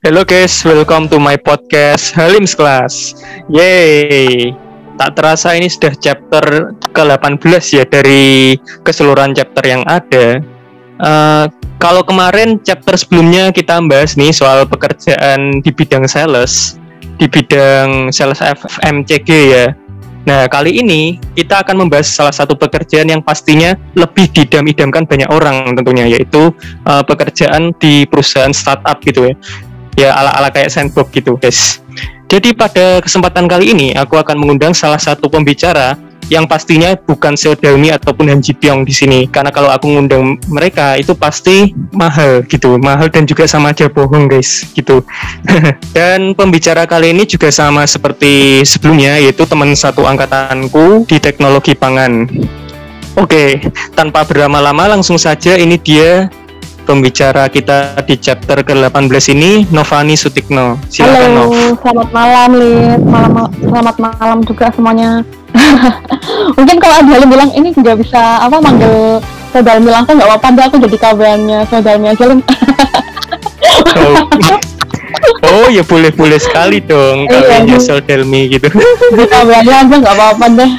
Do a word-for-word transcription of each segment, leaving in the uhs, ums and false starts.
Hello guys, welcome to my podcast Halim's Class. Yeay, tak terasa ini sudah chapter ke delapan belas ya dari keseluruhan chapter yang ada. Uh, kalau kemarin chapter sebelumnya kita bahas nih soal pekerjaan di bidang sales, di bidang sales F M C G ya. Nah, kali ini kita akan membahas salah satu pekerjaan yang pastinya lebih didam-idamkan banyak orang tentunya, yaitu uh, pekerjaan di perusahaan startup gitu ya. Ya ala-ala kayak sandbox gitu guys. Jadi pada kesempatan kali ini aku akan mengundang salah satu pembicara yang pastinya bukan Seodauni ataupun Han Ji Pyong di sini, karena kalau aku ngundang mereka itu pasti mahal gitu, mahal dan juga sama aja bohong guys gitu. Dan pembicara kali ini juga sama seperti sebelumnya, yaitu teman satu angkatanku di teknologi pangan. Oke, tanpa berlama-lama langsung saja ini dia pembicara kita di chapter ke delapan belas ini, Novani Sutikno. Silakan Halo, Nov. Selamat malam, Lid. Malam, selamat malam juga semuanya. Mungkin kalau ada yang bilang ini nggak bisa apa manggil Saudara langsung nggak apa-apa, deh aku jadi kawannya Saudara aja, Lid. Oh. Oh ya boleh-boleh sekali dong kalau dia Soldelmi gitu. Jadi kawannya aja nggak apa-apa deh.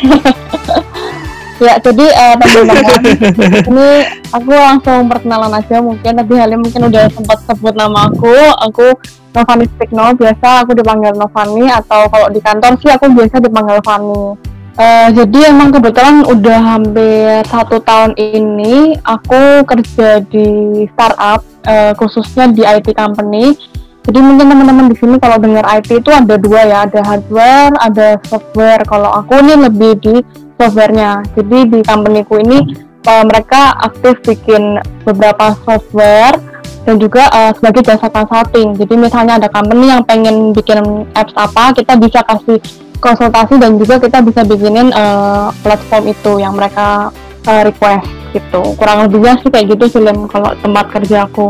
Ya, jadi uh, teman-teman, ini aku langsung perkenalan aja mungkin. Tadi Halim mungkin udah sempat sebut nama aku. Aku Novani Sutikno, biasa aku dipanggil Novani, atau kalau di kantor sih aku biasa dipanggil Fani. Uh, jadi emang kebetulan udah hampir satu tahun ini aku kerja di startup, uh, khususnya di I T company. Jadi mungkin teman-teman di sini kalau dengar I T itu ada dua ya, ada hardware, ada software. Kalau aku ini lebih di softwarenya. Jadi di company-ku ini uh, mereka aktif bikin beberapa software dan juga uh, sebagai jasa consulting. Jadi misalnya ada company yang pengen bikin apps apa, kita bisa kasih konsultasi dan juga kita bisa bikinin uh, platform itu yang mereka uh, request gitu. Kurang lebihnya sih kayak gitu sih kalau tempat kerja aku.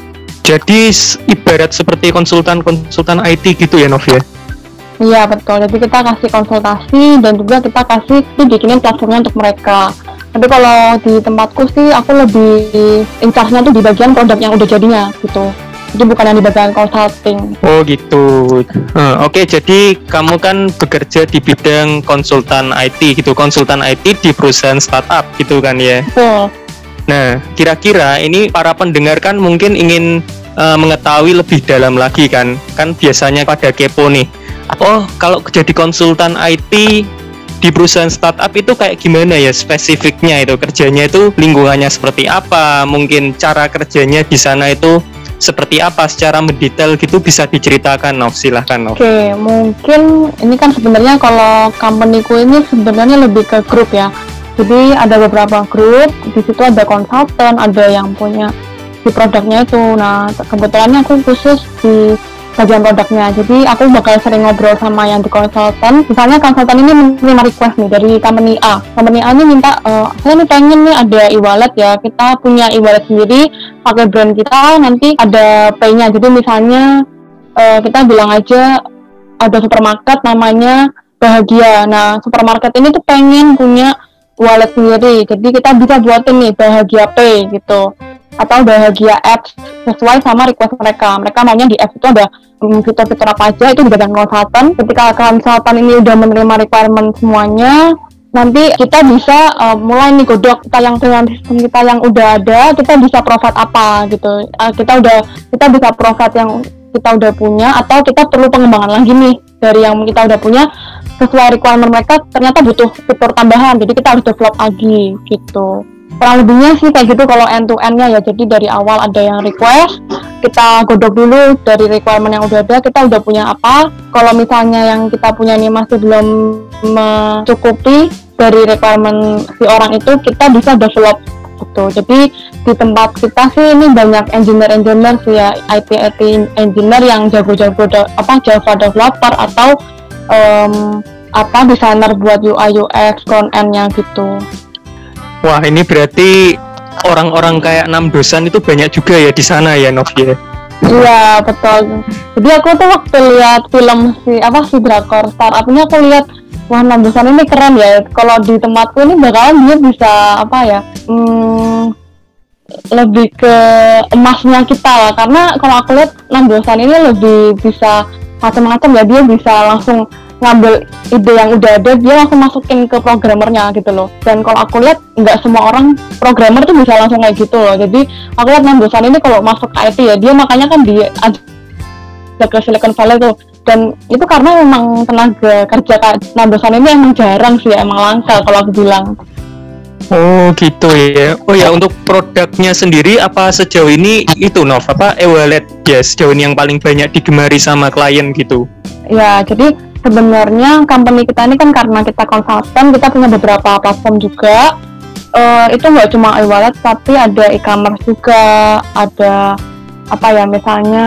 Jadi ibarat seperti konsultan-konsultan I T gitu ya Nov ya? Iya betul, jadi kita kasih konsultasi dan juga kita kasih bikinin platformnya untuk mereka. Tapi kalau di tempatku sih aku lebih in-charge-nya tuh di bagian produk yang udah jadinya gitu. Jadi bukan yang di bagian consulting. Oh gitu. Hmm, Oke, okay, jadi kamu kan bekerja di bidang konsultan I T gitu, konsultan I T di perusahaan startup gitu kan ya? Betul. Nah, kira-kira ini para pendengar kan mungkin ingin uh, mengetahui lebih dalam lagi kan? Kan biasanya pada kepo nih. Oh, kalau jadi konsultan I T di perusahaan startup itu kayak gimana ya spesifiknya itu? Kerjanya itu lingkungannya seperti apa? Mungkin cara kerjanya di sana itu seperti apa? Secara mendetail gitu bisa diceritakan, Nov. Silahkan, Nov. Oke, mungkin ini kan sebenarnya kalau company-ku ini sebenarnya lebih ke grup ya. Jadi ada beberapa grup, di situ ada konsultan, ada yang punya di produknya itu. Nah, kebetulannya aku khusus di bagian produknya. Jadi aku bakal sering ngobrol sama yang di konsultan. Misalnya konsultan ini menerima request nih dari company A. Company A ini minta, e, saya nih pengen nih ada e-wallet ya. Kita punya e-wallet sendiri, pakai brand kita, nanti ada pay-nya. Jadi misalnya e, kita bilang aja ada supermarket namanya Bahagia. Nah, supermarket ini tuh pengen punya wallet sendiri. Jadi kita bisa buatin nih Bahagia Pay gitu, atau Bahagia Apps sesuai sama request mereka. Mereka maunya di apps itu ada um, fitur-fitur apa aja, itu di bagian konsultan. Ketika konsultan ini udah menerima requirement semuanya, nanti kita bisa uh, mulai nih godok kita yang dengan sistem kita yang udah ada, kita bisa provide apa gitu. Uh, kita udah kita bisa provide yang kita udah punya, atau kita perlu pengembangan lagi nih dari yang kita udah punya sesuai requirement mereka, ternyata butuh fitur tambahan, jadi kita harus develop lagi gitu. Kurang lebihnya sih kayak gitu kalau end to end-nya ya. Jadi dari awal ada yang request, kita godok dulu dari requirement yang udah ada, kita udah punya apa. Kalau misalnya yang kita punya ini masih belum mencukupi dari requirement si orang itu, kita bisa develop gitu. Jadi di tempat kita sih ini banyak engineer-engineer sih ya, I T I T engineer yang jago-jago de- apa Java developer atau um, apa desainer buat U I U X front end-nya gitu. Wah, ini berarti orang-orang kayak enam dosan itu banyak juga ya di sana ya, Nov ya? Iya, betul. Jadi aku tuh waktu lihat film si apa si drakor startup ini, aku lihat wah enam dosan ini keren ya. Kalau di tempatku ini bakalan dia bisa apa ya? Hmm, lebih ke emasnya kita lah, karena kalau aku lihat enam dosen ini lebih bisa macam-macam ya, dia bisa langsung ngambil ide yang udah ada, dia langsung masukin ke programmernya gitu loh. Dan kalau aku lihat nggak semua orang programmer tuh bisa langsung kayak gitu loh. Jadi aku lihat enam dosen ini kalau masuk ke I T ya, dia makanya kan di ada ke Silicon Valley tuh, dan itu karena memang tenaga kerja kayak enam dosen ini emang jarang sih, emang langka kalau aku bilang. Oh gitu ya. Oh ya, untuk produknya sendiri apa sejauh ini itu Nov, apa e-wallet ya sejauh ini yang paling banyak digemari sama klien gitu? Ya, jadi sebenarnya company kita ini kan karena kita konsultan, kita punya beberapa platform juga. Uh, itu nggak cuma e-wallet, tapi ada e-commerce juga, ada apa ya, misalnya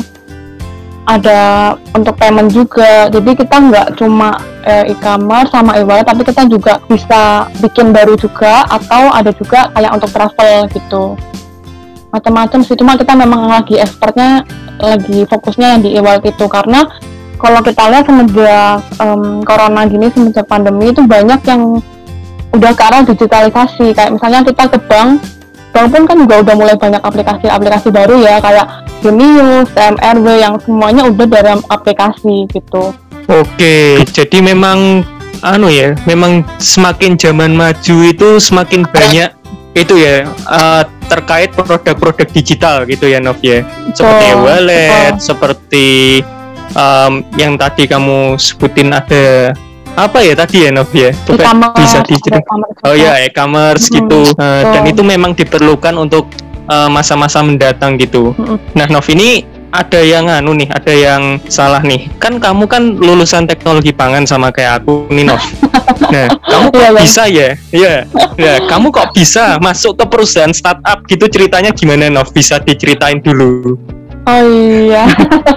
ada untuk payment juga. Jadi kita nggak cuma eh, e-commerce sama e-wallet, tapi kita juga bisa bikin baru juga, atau ada juga kayak untuk travel gitu, macam-macam sih. Cuma kita memang lagi expertnya, lagi fokusnya yang di e-wallet itu, karena kalau kita lihat semenjak um, corona gini, semenjak pandemi itu banyak yang udah ke arah digitalisasi. Kayak misalnya kita ke bank, bank pun kan juga udah mulai banyak aplikasi-aplikasi baru ya, kayak Genius, T M R W, yang semuanya udah dalam aplikasi gitu. Oke, jadi memang anu ya, memang semakin zaman maju itu semakin banyak itu ya uh, terkait produk-produk digital gitu ya Nov ya. Seperti oh, wallet, oh. seperti um, yang tadi kamu sebutin ada apa ya tadi ya Nov ya? Coba bisa diceritakan. Oh ya, e-commerce hmm, gitu. Uh, dan itu memang diperlukan untuk uh, masa-masa mendatang gitu. Hmm. Nah, Nov ini ada yang anu nih, ada yang salah nih. Kan kamu kan lulusan teknologi pangan sama kayak aku nih Nov. Nah, kamu kok yeah, bisa ya? Iya. Ya, kamu kok bisa masuk ke perusahaan startup gitu, ceritanya gimana Nov? Bisa diceritain dulu. Oh iya.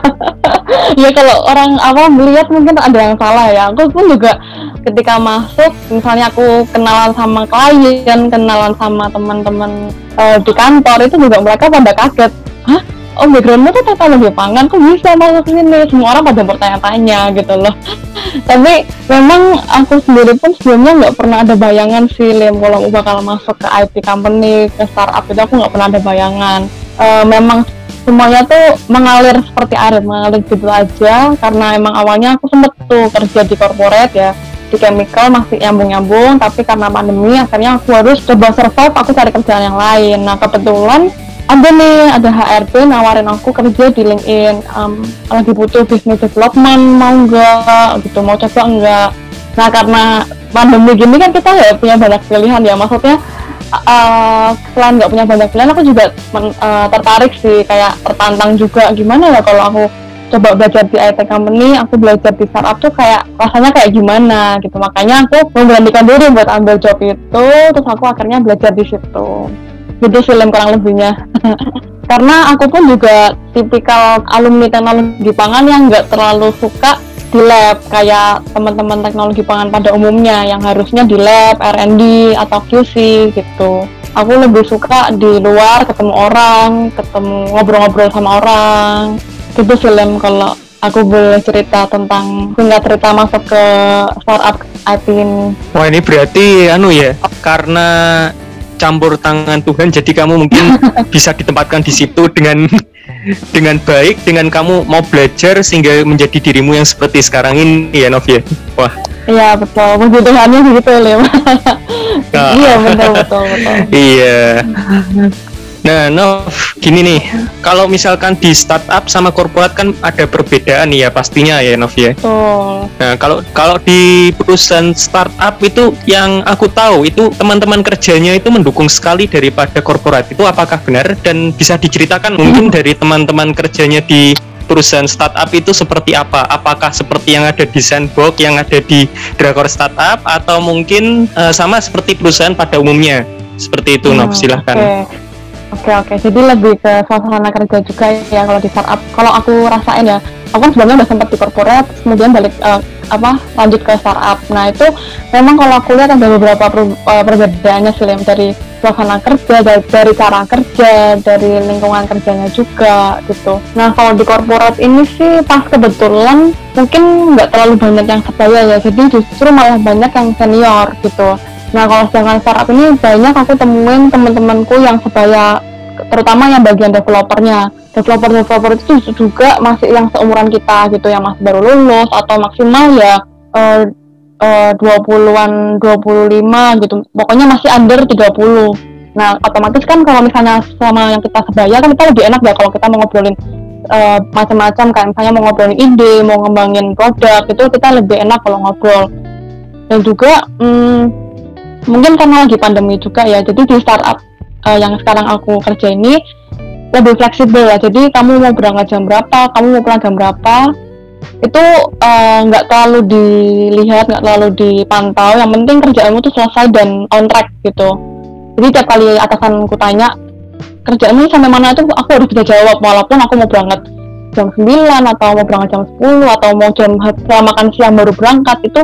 Ya kalau orang awam melihat mungkin ada yang salah ya. Aku pun juga ketika masuk, misalnya aku kenalan sama klien, kenalan sama teman-teman uh, di kantor, itu juga mereka pada kaget. Hah? Oh, backgroundmu tuh teknologi pangan, kok bisa masuk sini? Semua orang pada bertanya-tanya gitu loh. Tapi memang aku sendiri pun sebelumnya nggak pernah ada bayangan sih, Lim, kalau aku bakal masuk ke I T company, ke startup itu aku nggak pernah ada bayangan. Uh, memang semuanya tuh mengalir seperti air, mengalir gitu aja, karena emang awalnya aku sempet tuh kerja di corporate ya, di chemical masih nyambung-nyambung, tapi karena pandemi akhirnya aku harus coba survive, aku cari kerjaan yang lain. Nah kebetulan ada nih, ada H R D nawarin aku kerja di LinkedIn, um, lagi butuh business development, mau nggak gitu, mau coba nggak. Nah karena pandemi gini kan kita nggak punya banyak pilihan ya, maksudnya Uh, selain nggak punya banyak pilihan, aku juga men, uh, tertarik sih, kayak tertantang juga, gimana ya kalau aku coba belajar di I T company, aku belajar di startup tuh kayak rasanya kayak gimana gitu. Makanya aku memberanikan diri buat ambil job itu, terus aku akhirnya belajar di situ gitu, film kurang lebihnya. Karena aku pun juga tipikal alumni teknologi pangan yang nggak terlalu suka di lab kayak teman-teman teknologi pangan pada umumnya yang harusnya di lab, R and D atau Q C gitu. Aku lebih suka di luar, ketemu orang, ketemu ngobrol-ngobrol sama orang. Gitu film kalau aku boleh cerita tentang singkat cerita masuk ke startup I T ini. Wah, ini berarti anu ya, karena campur tangan Tuhan, jadi kamu mungkin bisa ditempatkan di situ dengan dengan baik, dengan kamu mau belajar sehingga menjadi dirimu yang seperti sekarang ini ya Nov ya. Wah. Iya betul, puji Tuhannya begitu Lem. Nah. Iya betul betul betul. Iya. Nah Nov, gini nih, kalau misalkan di startup sama korporat kan ada perbedaan nih ya pastinya ya Nov ya. Betul. Nah kalau kalau di perusahaan startup itu yang aku tahu itu teman-teman kerjanya itu mendukung sekali daripada korporat, itu apakah benar? Dan bisa diceritakan mungkin dari teman-teman kerjanya di perusahaan startup itu seperti apa? Apakah seperti yang ada di Sandbox, yang ada di Drakor Startup, atau mungkin uh, sama seperti perusahaan pada umumnya? Seperti itu hmm, Nov, silahkan. Okay. Oke oke, jadi lebih ke suasana kerja juga ya kalau di startup. Kalau aku rasain ya, aku kan sebelumnya udah sempat di corporate, kemudian balik uh, apa lanjut ke startup. Nah itu memang kalau aku lihat ada beberapa per, uh, perbedaannya sih, dari suasana kerja, dari, dari cara kerja, dari lingkungan kerjanya juga gitu. Nah kalau di corporate ini sih pas kebetulan mungkin nggak terlalu banyak yang sebaya ya, jadi justru malah banyak yang senior gitu. Nah kalau sedangkan startup ini banyak aku temuin teman-temanku yang sebaya, terutama yang bagian developernya. Developer-developer itu juga masih yang seumuran kita gitu, yang masih baru lulus atau maksimal ya uh, uh, dua puluhan, dua puluh lima gitu. Pokoknya masih under tiga puluh. Nah, otomatis kan kalau misalnya sama yang kita sebaya kan kita lebih enak ya kalau kita mau ngobrolin uh, macam-macam kan. Misalnya mau ngobrolin ide, mau ngembangin produk, itu kita lebih enak kalau ngobrol. Dan juga hmm, mungkin karena lagi pandemi juga ya, jadi di startup uh, yang sekarang aku kerja ini lebih fleksibel ya. Jadi kamu mau berangkat jam berapa, kamu mau pulang jam berapa, itu nggak uh, terlalu dilihat, nggak terlalu dipantau. Yang penting kerjaanmu tuh selesai dan on track gitu. Jadi tiap kali atasanku tanya kerjaanmu sampai mana itu aku harus bisa jawab, walaupun aku mau berangkat jam sembilan atau mau berangkat jam sepuluh atau mau jam setelah makan siang baru berangkat, itu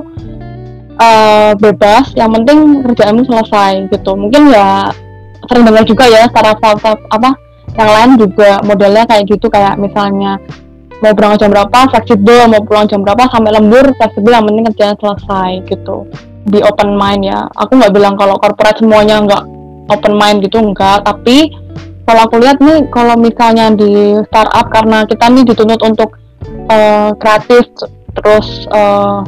uh, bebas. Yang penting kerjaanmu selesai gitu. Mungkin ya sering dengar juga ya startup-startup apa yang lain juga modelnya kayak gitu, kayak misalnya mau berangkat jam berapa fleksibel, mau pulang jam berapa sampai lembur fleksibel, yang penting kerjaan selesai gitu. Di open mind ya, aku nggak bilang kalau corporate semuanya nggak open mind gitu, enggak. Tapi kalau aku lihat nih, kalau misalnya di startup karena kita nih dituntut untuk uh, kreatif, terus uh,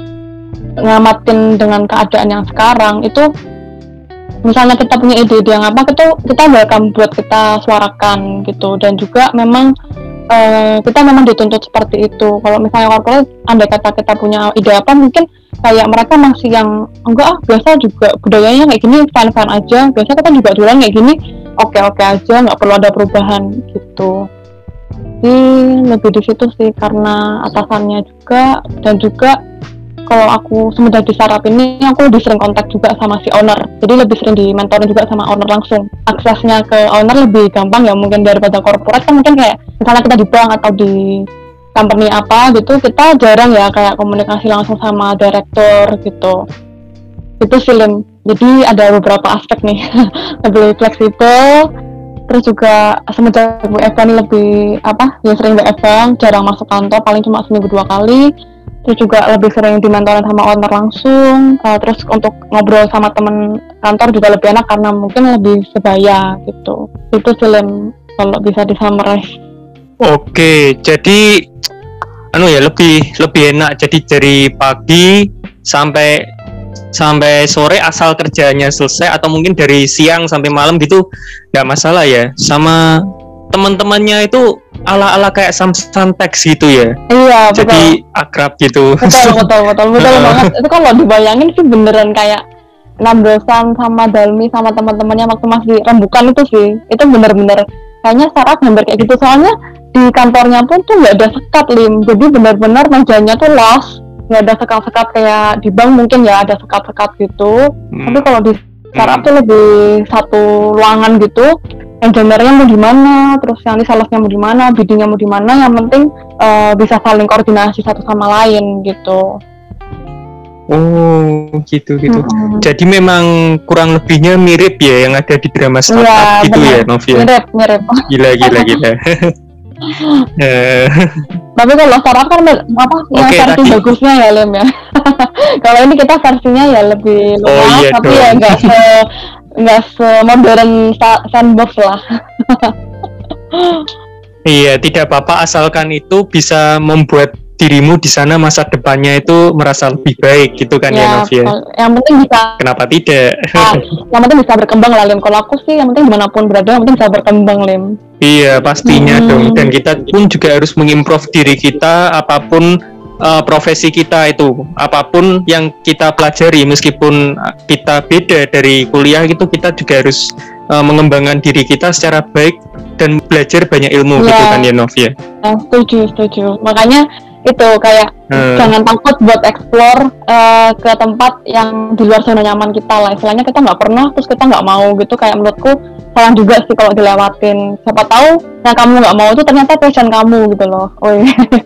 ngamatin dengan keadaan yang sekarang itu, misalnya kita punya ide-ide yang apa, itu kita welcome buat kita suarakan gitu. Dan juga memang uh, kita memang dituntut seperti itu. Kalau misalnya corporate, andai kata kita punya ide apa, mungkin kayak mereka masih yang enggak ah biasa juga budayanya kayak gini, fine-fine aja, biasa kita juga jualan kayak gini, oke-oke aja, nggak perlu ada perubahan gitu. Jadi lebih di situ sih, karena atasannya juga. Dan juga kalau aku semenjak di startup ini, aku lebih sering kontak juga sama si owner, jadi lebih sering di mentorin juga sama owner langsung. Aksesnya ke owner lebih gampang ya mungkin daripada corporate kan. Mungkin kayak misalnya kita di bank atau di company apa gitu, kita jarang ya kayak komunikasi langsung sama direktur gitu. Itu sih Lim. Jadi ada beberapa aspek nih lebih fleksibel. Terus juga semenjak W F H ini lebih apa ya, sering W F H, jarang masuk kantor, paling cuma seminggu dua kali. Terus juga lebih sering dimentorin sama owner langsung. Uh, terus untuk ngobrol sama temen kantor juga lebih enak karena mungkin lebih sebaya gitu. Itu sih Lim, kalau bisa disummarize. Oke, jadi anu ya, lebih lebih enak jadi dari pagi sampai sampai sore asal kerjanya selesai, atau mungkin dari siang sampai malam gitu nggak masalah ya. Sama teman-temannya itu ala-ala kayak samsung teks gitu ya. Iya, jadi betul. akrab gitu. Betul, betul, betul, betul banget. Itu kalau dibayangin sih beneran kayak Namdosan sama Dalmi sama teman-temannya waktu masih rembukan itu sih. Itu bener-bener kayaknya startup hampir kayak gitu. Soalnya di kantornya pun tuh nggak ada sekat Lim. Jadi benar-benar mejanya tuh los, nggak ada sekat-sekat kayak di bank mungkin ya ada sekat-sekat gitu. Hmm. Tapi kalau di startup hmm. tuh lebih satu ruangan gitu. Engineer-nya mau di mana, terus yang di salesnya mau di mana, bidding-nya mau di mana, yang penting uh, bisa saling koordinasi satu sama lain gitu. Oh, gitu gitu. Mm-hmm. Jadi memang kurang lebihnya mirip ya yang ada di drama startup ya, gitu bener. Ya, Novia. Mirip, mirip. Gila, gila, gila. Tapi kalau startup kan apa yang okay, versi tadi. Bagusnya ya Lem ya. Kalau ini kita versinya ya lebih luas, oh, iya tapi dong. Ya enggak se nggak semodern sandbox lah. Iya, tidak apa-apa asalkan itu bisa membuat dirimu di sana masa depannya itu merasa lebih baik gitu kan ya, ya Novia. Yang penting bisa. Kenapa tidak? Nah, yang penting bisa berkembang lah Lim. Kalau aku sih yang penting dimanapun berada, yang penting bisa berkembang Lim. Iya pastinya hmm. dong. Dan kita pun juga harus mengimprove diri kita apapun. Uh, profesi kita itu, apapun yang kita pelajari, meskipun kita beda dari kuliah gitu, kita juga harus uh, mengembangkan diri kita secara baik dan belajar banyak ilmu ya. Gitu kan ya Novia. Ya, setuju, setuju. Makanya itu kayak hmm. jangan takut buat explore uh, ke tempat yang di luar zona nyaman kita lah. Istilahnya kita nggak pernah, terus kita nggak mau gitu. Kayak menurutku sayang juga sih kalau dilewatin. Siapa tahu yang kamu nggak mau itu ternyata passion kamu gitu loh. Oi.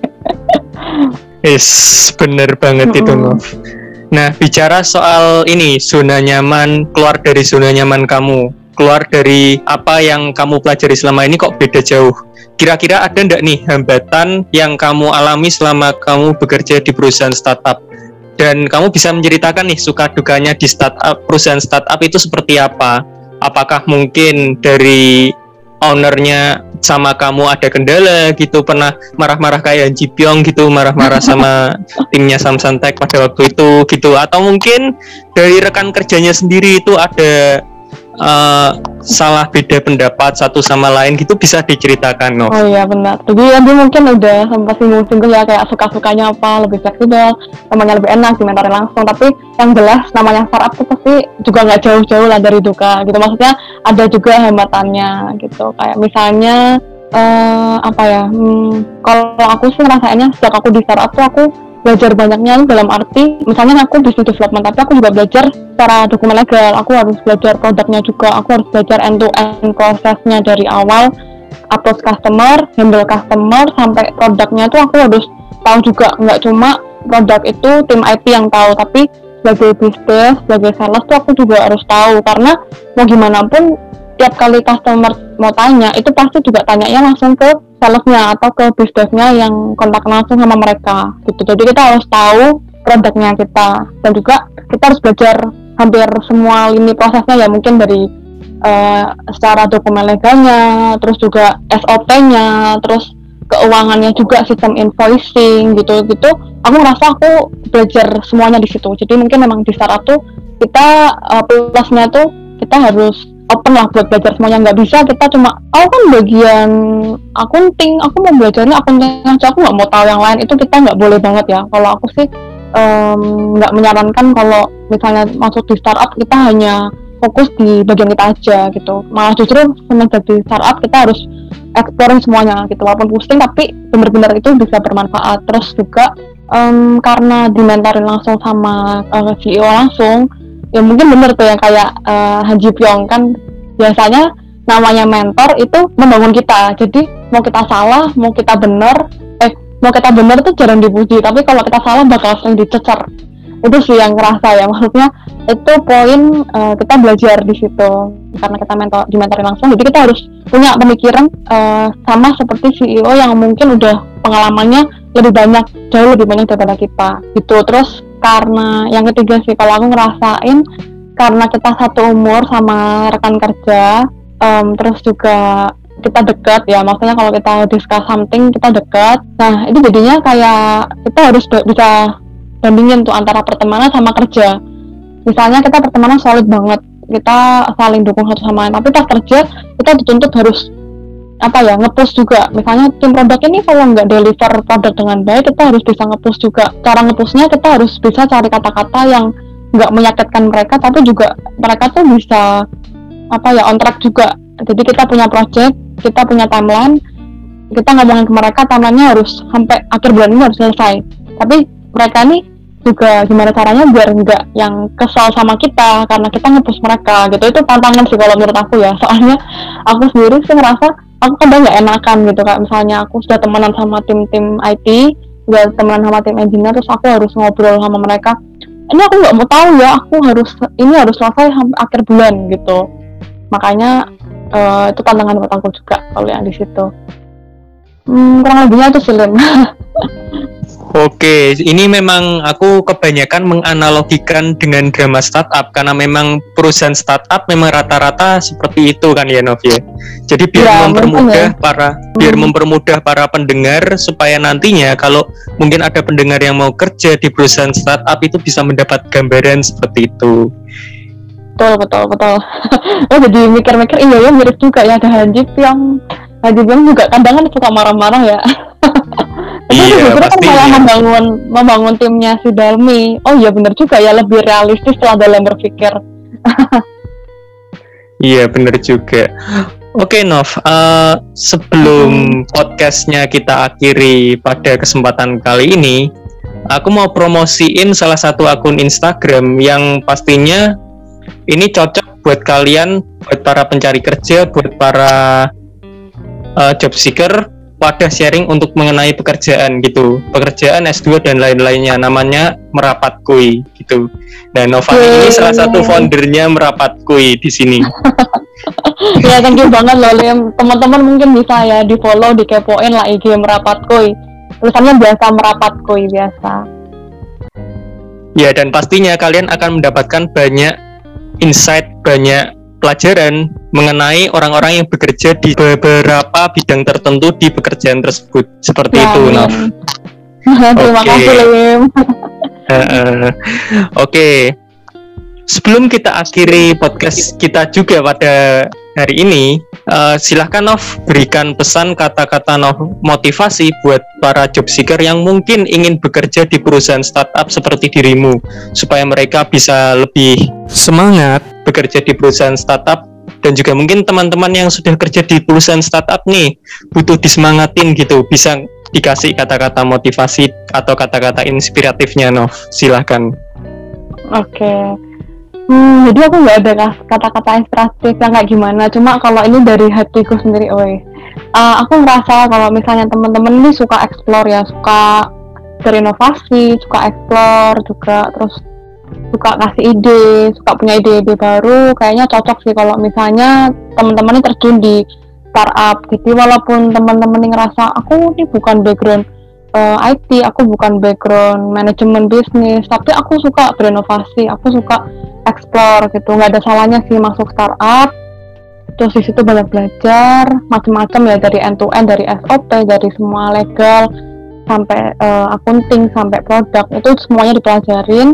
Yes, bener banget mm-hmm. itu Nov. Nah, bicara soal ini zona nyaman, keluar dari zona nyaman kamu, keluar dari apa yang kamu pelajari selama ini kok beda jauh. Kira-kira ada nggak nih hambatan yang kamu alami selama kamu bekerja di perusahaan startup? Dan kamu bisa menceritakan nih suka dukanya di startup, perusahaan startup itu seperti apa? Apakah mungkin dari ownernya sama kamu ada kendala gitu, pernah marah-marah kayak Ji Pyong gitu, marah-marah sama timnya Samsung Tech pada waktu itu gitu, atau mungkin dari rekan kerjanya sendiri itu ada uh, salah beda pendapat satu sama lain gitu, bisa diceritakan, no? Oh iya benar. Jadi nanti mungkin udah sempat singgung-singgung ya kayak suka-sukanya apa, lebih fleksibel, namanya lebih enak dimentarin langsung. Tapi yang jelas namanya startup tuh pasti juga nggak jauh-jauh lah dari duka gitu. Maksudnya ada juga hambatannya gitu. Kayak misalnya uh, apa ya? Hmm, kalau aku sih ngerasainnya sejak aku di startup tuh aku belajar banyaknya dalam arti misalnya aku business development tapi aku juga belajar secara dokumen legal, aku harus belajar produknya juga, aku harus belajar end to end prosesnya dari awal approach customer, handle customer sampai produknya tuh aku harus tahu juga, nggak cuma produk itu tim I T yang tahu, tapi sebagai business, sebagai sales tuh aku juga harus tahu, karena mau gimana pun tiap kali customer mau tanya itu pasti juga tanyanya langsung ke salesnya atau ke businessnya yang kontak langsung sama mereka gitu. Jadi kita harus tahu produknya kita, dan juga kita harus belajar hampir semua lini prosesnya ya, mungkin dari uh, secara dokumen legalnya, terus juga S O P-nya, terus keuangannya juga, sistem invoicing gitu-gitu. Aku merasa aku belajar semuanya di situ. Jadi mungkin memang di startup tuh kita uh, plusnya tuh kita harus open lah buat belajar semuanya, nggak bisa kita cuma oh kan bagian akunting, aku mau belajarnya akunting aja, aku nggak mau tahu yang lain, itu kita nggak boleh banget ya. Kalau aku sih nggak um, menyarankan kalau misalnya masuk di startup kita hanya fokus di bagian kita aja gitu, malah justru semenjak di startup kita harus exploring semuanya gitu, walaupun pusing tapi benar-benar itu bisa bermanfaat. Terus juga um, karena dimentorin langsung sama uh, C E O langsung, ya mungkin bener tuh yang kayak uh, Han Ji Pyong kan biasanya namanya mentor itu membangun kita, jadi mau kita salah mau kita bener eh mau kita bener tuh jarang dipuji, tapi kalau kita salah bakal sering dicecer. Itu sih yang ngerasa ya, maksudnya itu poin uh, kita belajar di situ karena kita mentor dimentorin langsung, jadi kita harus punya pemikiran uh, sama seperti C E O yang mungkin udah pengalamannya lebih banyak, jauh lebih banyak daripada kita gitu. Terus karena yang ketiga sih kalau aku ngerasain, karena kita satu umur sama rekan kerja, um, terus juga kita dekat ya, maksudnya kalau kita discuss something kita dekat, nah itu jadinya kayak kita harus bisa bandingin tuh antara pertemanan sama kerja. Misalnya kita pertemanan solid banget, kita saling dukung satu sama lain, tapi pas kerja kita dituntut harus apa ya, nge-push juga. Misalnya tim produk ini kalau nggak deliver produk dengan baik, kita harus bisa nge-push juga. Cara nge-pushnya kita harus bisa cari kata-kata yang nggak menyakitkan mereka, tapi juga mereka tuh bisa apa ya, on track juga. Jadi kita punya project, kita punya timeline, kita ngomongin ke mereka timelinenya harus sampai akhir bulan ini harus selesai. Tapi mereka nih juga gimana caranya biar nggak yang kesal sama kita karena kita nge-push mereka gitu. Itu tantangan sih kalau menurut aku ya, soalnya aku sendiri sih ngerasa aku kadang nggak enakan gitu, kayak misalnya aku sudah temenan sama tim-tim I T, udah temenan sama tim engineer, terus aku harus ngobrol sama mereka, ini aku nggak mau tahu ya, aku harus ini harus selesai sampai akhir bulan gitu. Makanya uh, itu tantangan buat aku juga kalau yang di situ. Hmm, kurang lebihnya itu sih. Oke, ini memang aku kebanyakan menganalogikan dengan drama startup karena memang perusahaan startup memang rata-rata seperti itu kan ya, Nov ya. Jadi biar ya, mempermudah ya. para biar hmm. mempermudah para pendengar supaya nantinya kalau mungkin ada pendengar yang mau kerja di perusahaan startup itu bisa mendapat gambaran seperti itu. Betul, betul, betul. Oh, jadi mikir-mikir iya ya, mirip juga ya, ada Han Ji Pyong. Han Ji Pyong juga kadang kan suka marah-marah ya. Itu iya, justru kan malah membangun membangun timnya si Dalmi. Oh iya benar juga ya, lebih realistis lah dalam berpikir. Iya benar juga. Oke Nov, uh, sebelum hmm. podcastnya kita akhiri pada kesempatan kali ini, aku mau promosiin salah satu akun Instagram yang pastinya ini cocok buat kalian, buat para pencari kerja, buat para uh, job seeker, wadah sharing untuk mengenai pekerjaan gitu, pekerjaan S dua dan lain-lainnya, namanya Merapat Kuy gitu. Dan Nova ini salah satu foundernya Merapat Kuy di sini. Ya thank you banget loh Lim. Teman-teman mungkin bisa ya di follow, dikepoin lah I G Merapat Kuy. Tulisannya biasa Merapat Kuy biasa. Ya, dan pastinya kalian akan mendapatkan banyak insight, banyak pelajaran mengenai orang-orang yang bekerja di beberapa bidang tertentu di pekerjaan tersebut. Seperti Ya, itu, ya. Nov. Terima Oke. kasih, Lim. Uh, uh, Oke, sebelum kita akhiri podcast kita juga pada hari ini, uh, silahkan Nov berikan pesan kata-kata Nov motivasi buat para job seeker yang mungkin ingin bekerja di perusahaan startup seperti dirimu, supaya mereka bisa lebih semangat bekerja di perusahaan startup, dan juga mungkin teman-teman yang sudah kerja di perusahaan startup nih butuh disemangatin gitu, bisa dikasih kata-kata motivasi atau kata-kata inspiratifnya, Nov. Silahkan. Oke. Hmm, jadi aku nggak ada kata-kata inspiratif yang kayak gimana. Cuma kalau ini dari hatiku sendiri, oi. Uh, aku ngerasa kalau misalnya teman-teman ini suka explore ya, suka berinovasi, suka explore juga, terus suka kasih ide, suka punya ide-ide baru, kayaknya cocok sih kalau misalnya teman-teman ini terjun di startup. Jadi walaupun teman-teman ini ngerasa aku ini bukan background uh, I T, aku bukan background manajemen bisnis, tapi aku suka berinovasi, aku suka explore gitu, nggak ada salahnya sih masuk startup. Terus di situ banyak belajar macam-macam ya, dari end to end, dari S O P, dari semua legal sampai uh, accounting sampai produk, itu semuanya dipelajarin.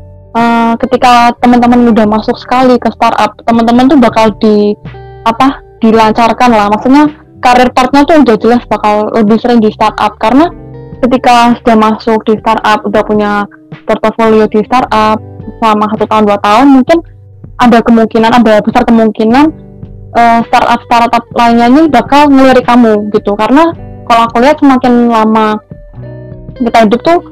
Uh, ketika teman-teman udah masuk sekali ke startup, teman-teman tuh bakal di apa dilancarkan lah, maksudnya karir partnya tuh udah jelas bakal lebih sering di startup, karena ketika sudah masuk di startup, udah punya portofolio di startup selama satu tahun dua tahun, mungkin ada kemungkinan, ada besar kemungkinan uh, startup startup lainnya ini bakal ngelirik kamu gitu, karena kalau aku lihat semakin lama kita hidup tuh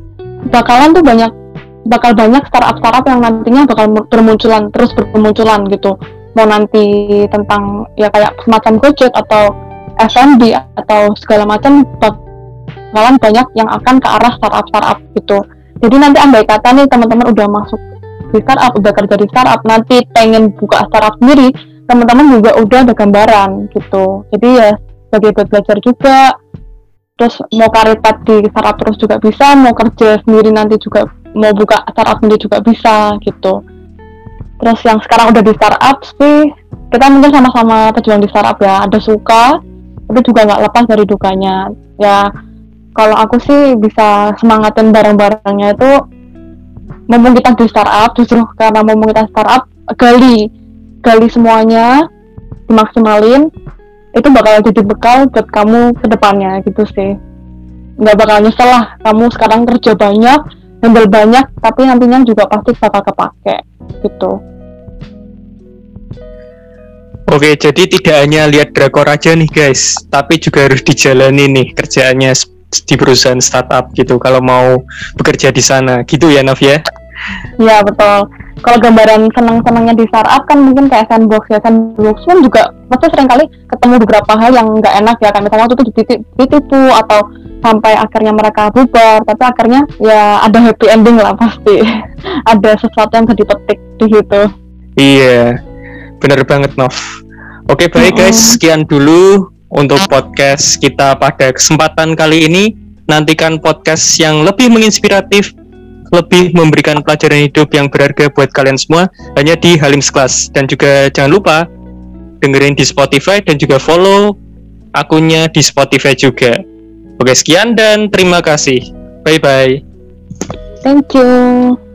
bakalan tuh banyak bakal banyak startup startup yang nantinya bakal bermunculan terus bermunculan gitu, mau nanti tentang ya kayak semacam Gojek atau F and B atau segala macam, bakalan banyak yang akan ke arah startup startup gitu. Jadi nanti andai kata nih teman-teman udah masuk di startup, udah kerja di startup, nanti pengen buka startup sendiri, teman-teman juga udah ada gambaran gitu. Jadi ya sebagai buat belajar juga, terus mau karir di startup terus juga bisa, mau kerja sendiri nanti juga, mau buka startup sendiri juga bisa gitu. Terus yang sekarang udah di startup sih, kita mungkin sama-sama terjuang di startup ya, ada suka, tapi juga nggak lepas dari dukanya. Ya kalau aku sih bisa semangatin bareng-barengnya itu, mumpung kita di startup, justru karena mumpung kita startup, gali, gali semuanya, dimaksimalin, itu bakal jadi bekal buat kamu ke depannya gitu sih. Nggak bakal nyesel lah, kamu sekarang kerja banyak, handle banyak, tapi nantinya juga pasti bakal kepake gitu. Oke, jadi tidak hanya lihat drakor aja nih guys, tapi juga harus dijalani nih kerjaannya di perusahaan startup gitu, kalau mau bekerja di sana gitu ya, Nov ya? Iya betul. Kalau gambaran senang-senangnya di startup kan mungkin kayak sandbox ya, sandbox pun juga pasti sering kali ketemu beberapa hal yang nggak enak ya, kayak misalnya waktu itu ditipu atau sampai akhirnya mereka bubar, tapi akhirnya ya ada happy ending lah pasti. Ada sesuatu yang bisa dipetik di situ. Iya, benar banget Nov. Oke baik mm-hmm. guys, sekian dulu untuk podcast kita pada kesempatan kali ini. Nantikan podcast yang lebih menginspiratif, lebih memberikan pelajaran hidup yang berharga buat kalian semua, hanya di Halims Class. Dan juga jangan lupa dengerin di Spotify dan juga follow akunnya di Spotify juga. Oke, sekian dan terima kasih. Bye bye. Thank you.